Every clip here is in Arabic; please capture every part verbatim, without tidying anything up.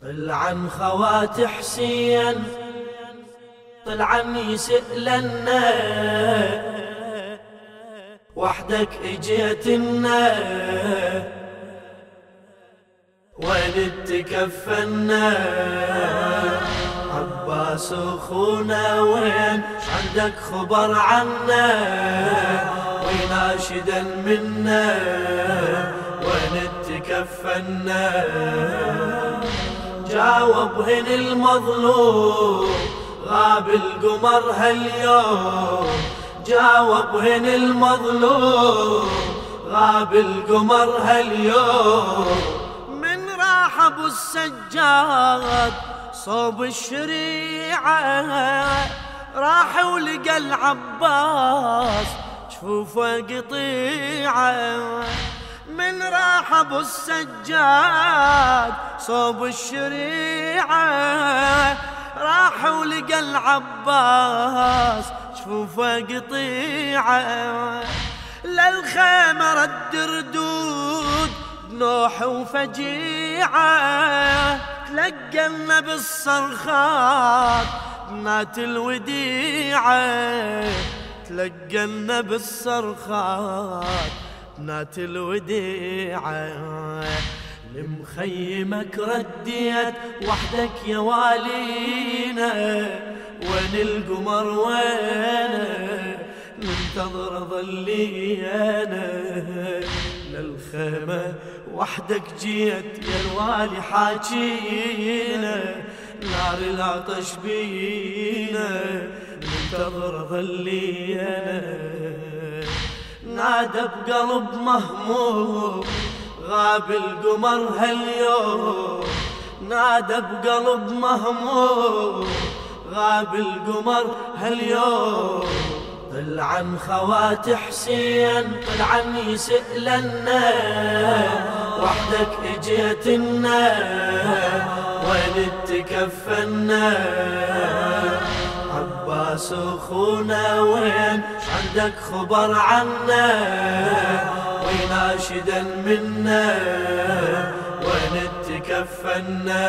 طلعن خوات حسين طلعن يسألنا وحدك اجيتنا وين تكفنا عباس اخونا وين عندك خبر عنا ويناشدا منا وين تكفنا جاوب هن المظلوم غاب القمر هاليوم جاوب هن المظلوم غاب القمر هاليوم من راح ابو السجاد صوب الشريعة راح ولقى العباس جفوفه قطيعة من راح ابو السجاد صوب الشريعة راح ولقى العباس جفوفه قطيعة للخيمة رد ردود بنوح وفجيعة تلقنا بالصرخات بنات الوديعة تلقنا بالصرخات بنات الوديعة لمخيمك رديت وحدك يا والينا وين القمر وينه ننتظر ظلينا للخيمة وحدك جيت يا الوالي حاجينا نار العطش بينا ننتظر ظلينا نادى بقلب مهموم غاب القمر هاليوم نادى بقلب مهموم غاب القمر هاليوم طلعن خوات حسين طلعن يسألنا وحدك اجيتنا وين تكفنا عباس اخونا وين عندك خبر عنا ويناشدا منا وين تكفنا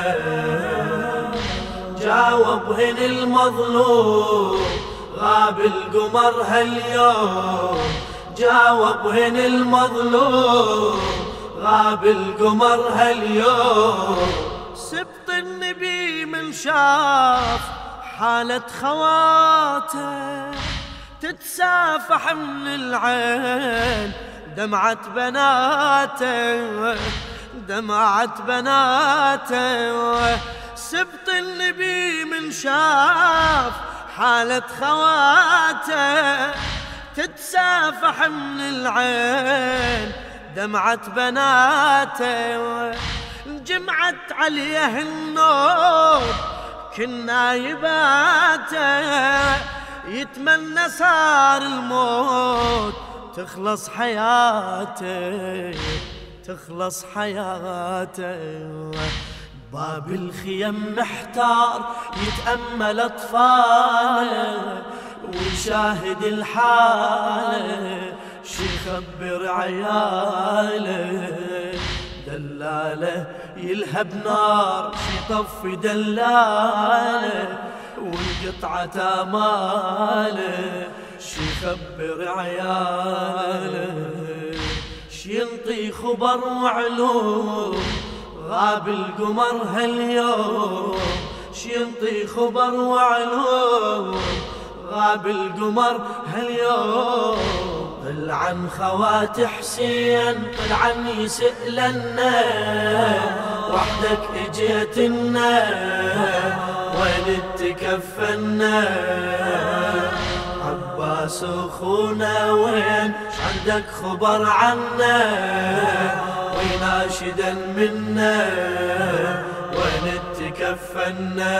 جاوب هن المظلوم غاب القمر هاليوم جاوب هن المظلوم غاب القمر هاليوم سبط النبي من شاف حالة خواته تتسافح من العين دمعة بناته دمعة بناته سبط النبي من شاف حالة خواته تتسافح من العين دمعة بناته جمعت عليه النوم كنا يباته يتمنى صار الموت تخلص حياته تخلص حياته باب الخيم محتار يتأمل أطفاله ويشاهد الحالة شي يخبر عياله دلاله يلهب نار شي يطفي دلاله والقطعة آماله شي يخبر عياله شي ينطي خبر وعلوم غاب القمر هاليوم شي ينطي خبر وعلوم غاب القمر هاليوم طلعن خوات حسين طلعن يسألنا وحدك اجيتنا وين تكفنا عباس اخونا وين عندك خبر عنا ويناشدا منا وين تكفنا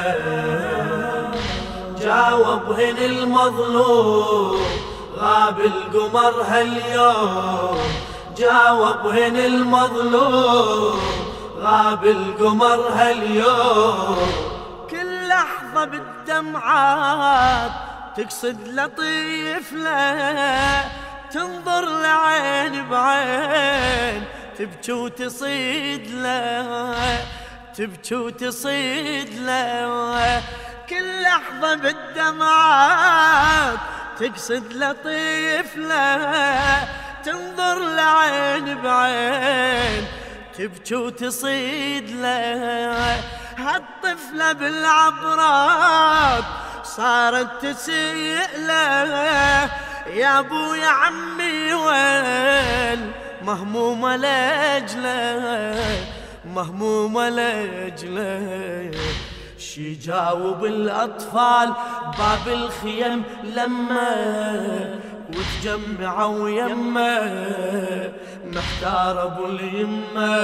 جاوب هن المظلوم غاب القمر هاليوم جاوب هن المظلوم غاب القمر هاليوم كل لحظة بالدمعات تقصد لطيف له تنظر لعين بعين تبكي وتصيد له تبكي وتصيد له، كل لحظة بالدمعات تقصد لطفله، تنظر لعين بعين تبكي وتصيد له. هالطفلة بالعبرات صارت تسأله، يا ابو يا عمي وين مهمومة لأجله، مهمومة لأجله. شي جاوب الأطفال باب الخيم لما وتجمعوا يمه، محتار ابو اليمه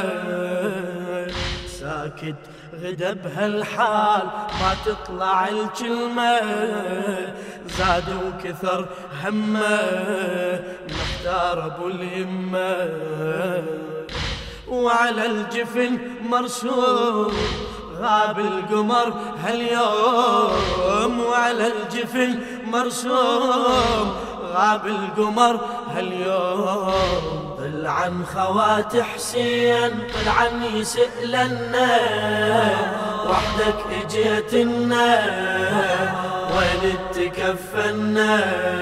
ساكت غدا بهالحال ما تطلع الكلمة، زاد وكثر همه محتار ابو اليمه. وعلى الجفن مرسوم غاب القمر هاليوم، وعلى الجفن مرسوم غاب القمر هاليوم. طل عن خوات حسين طل عن يسألنا، وحدك اجيتنا وين تكفنا،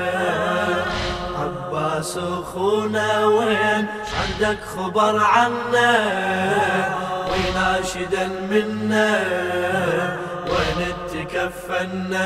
عباس اخونا وين عندك خبر عنا، ويناشدا منا وين تكفنا.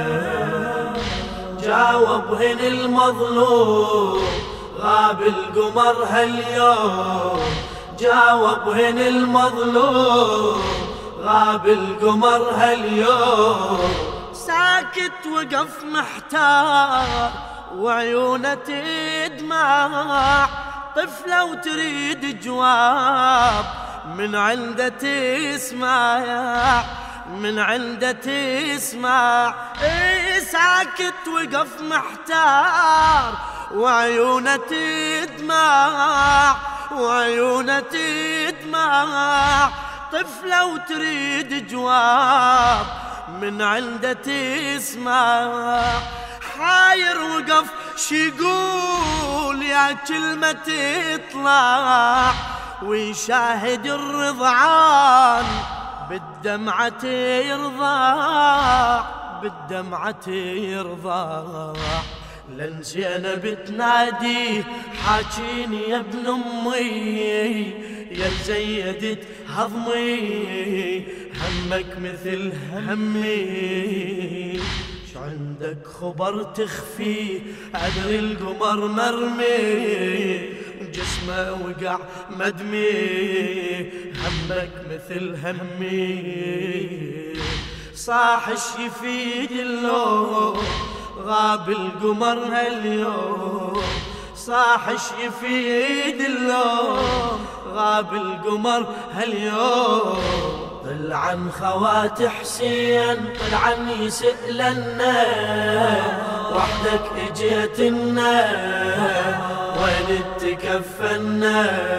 جاوب هن المظلوم غاب القمر هاليوم، جاوب هن المظلوم غاب القمر هاليوم. ساكت وقف محتار وعيونه تدمع، طفلة وتريد جواب من عنده تسمع، من عنده تسمع. اي ساكت وقف محتار وعيونه تدمع، وعيونه تدمع. طفلة وتريد جواب من عنده تسمع، حاير وقف شي يقول يا كلمة تطلع، ويشاهد الرضعان بالدمعة يرضع، بالدمعة يرضع. لن زينب تناديه حاجيني يا ابن امي، يا زيدت هضمي همك مثل همي. ش عندك خبر تخفيه ادري القمر مرمي، جسمه وقع مدمي همك مثل همي. صاحش يفيد اللوم غاب القمر هاليوم، صاحش يفيد اللوم غاب القمر هاليوم. طل عن خوات حسين طل عن يسألنا، وحدك اجيتنا وين تكفنا،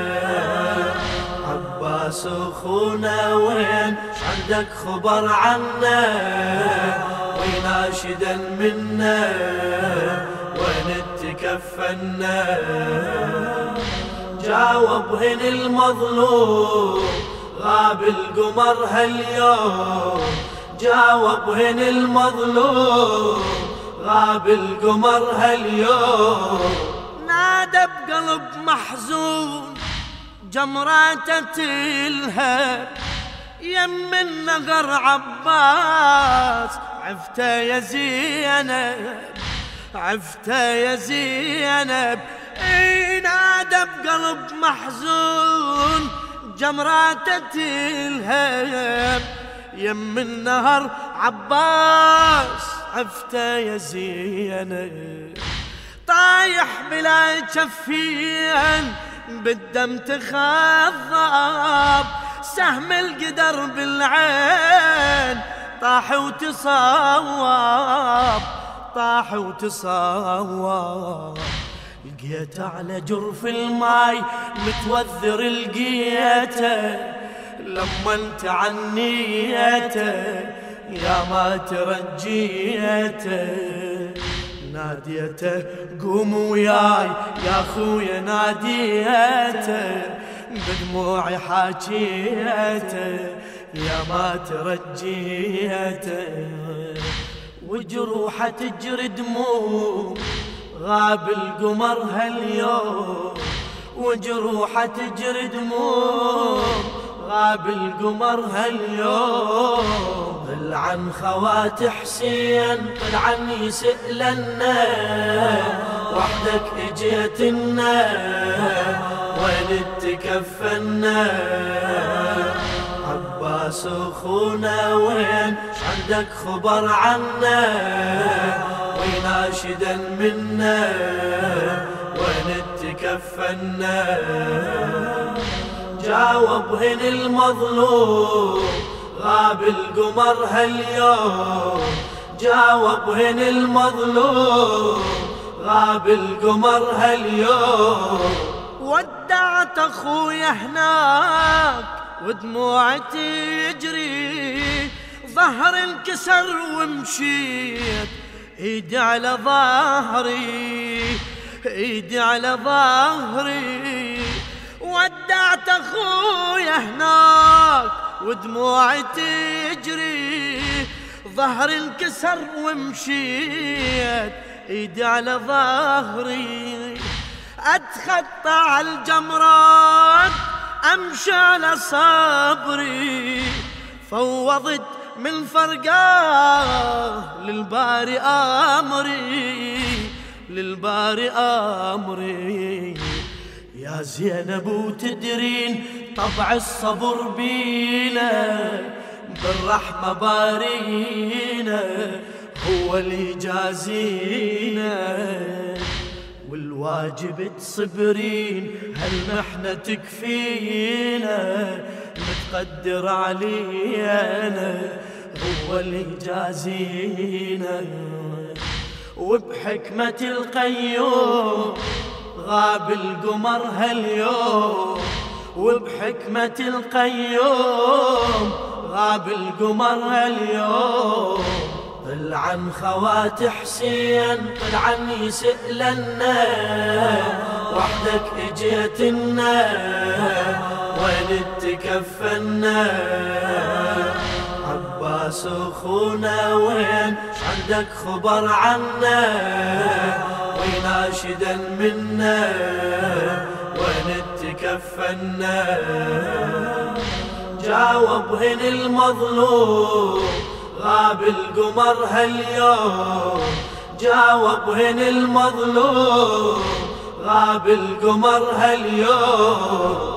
عباس اخونا وين عندك خبر عنا، ويناشدا منا وين تكفنا. جاوب هن المظلوم غاب القمر هاليوم، جاوب هن المظلوم غاب القمر هاليوم. نادى بقلب محزون جمراته تلهب، يم النغر عباس عفته يا زينب، عفته يا زينب. اي نادى بقلب محزون جمراته تلهب، يم النهر عباس عفته يا زينب. طايح بلا جفين بالدم تخضب، سهم القدر بالعين طاح وتصوب، طاح وتصوب. لقيته على جرف الماي متوذر لقيته، لما انت عنيته يا ما ترجيته. ناديته قوم وياي يا خويا ناديته، بدموعي حاجيته يا ما ترجيته، وجروحه تجري دموع غاب القمر هاليوم، وجروحه تجري دموع غاب القمر هاليوم. طل عن خوات حسين طل عن يسألنا، وحدك اجيتنا وين تكفنا؟ عباس اخونا وين عندك خبر عنا؟ ويناشدا منا وين تكفنا؟ جاوب هن المظلوم غاب القمر هاليوم، جاوب هن المظلوم غاب القمر هاليوم. ودعت اخويا هناك ودموعتي تجري، ظهر انكسر ومشيت ايدي على ظهري، ايدي على ظهري. ودعت اخويا هناك ودموعتي تجري، ظهر انكسر ومشيت ايدي على ظهري. اتخطى على الجمرات امشي على صبري، فوضت من فرقاه للباري امري، للباري امري. يا زينب وتدرين طبع الصبر بينا، بالرحمة بارينا هو اللي جازينا، والواجب تصبرين هالمحنة تكفينا، متقدر علينا هو اللي جازينا. وبحكمة القيوم غاب القمر هاليوم، وبحكمة القيوم غاب القمر هاليوم. طل عن خوات حسين طل عن يسألنا، وحدك اجيتنا وين تكفنا؟ عباس اخونا وين عندك خبر عنا؟ ويناشدا منا وين تكفنا؟ جاوب هن المظلوم غاب القمر هاليوم، جاوب هن المظلوم غاب القمر هاليوم.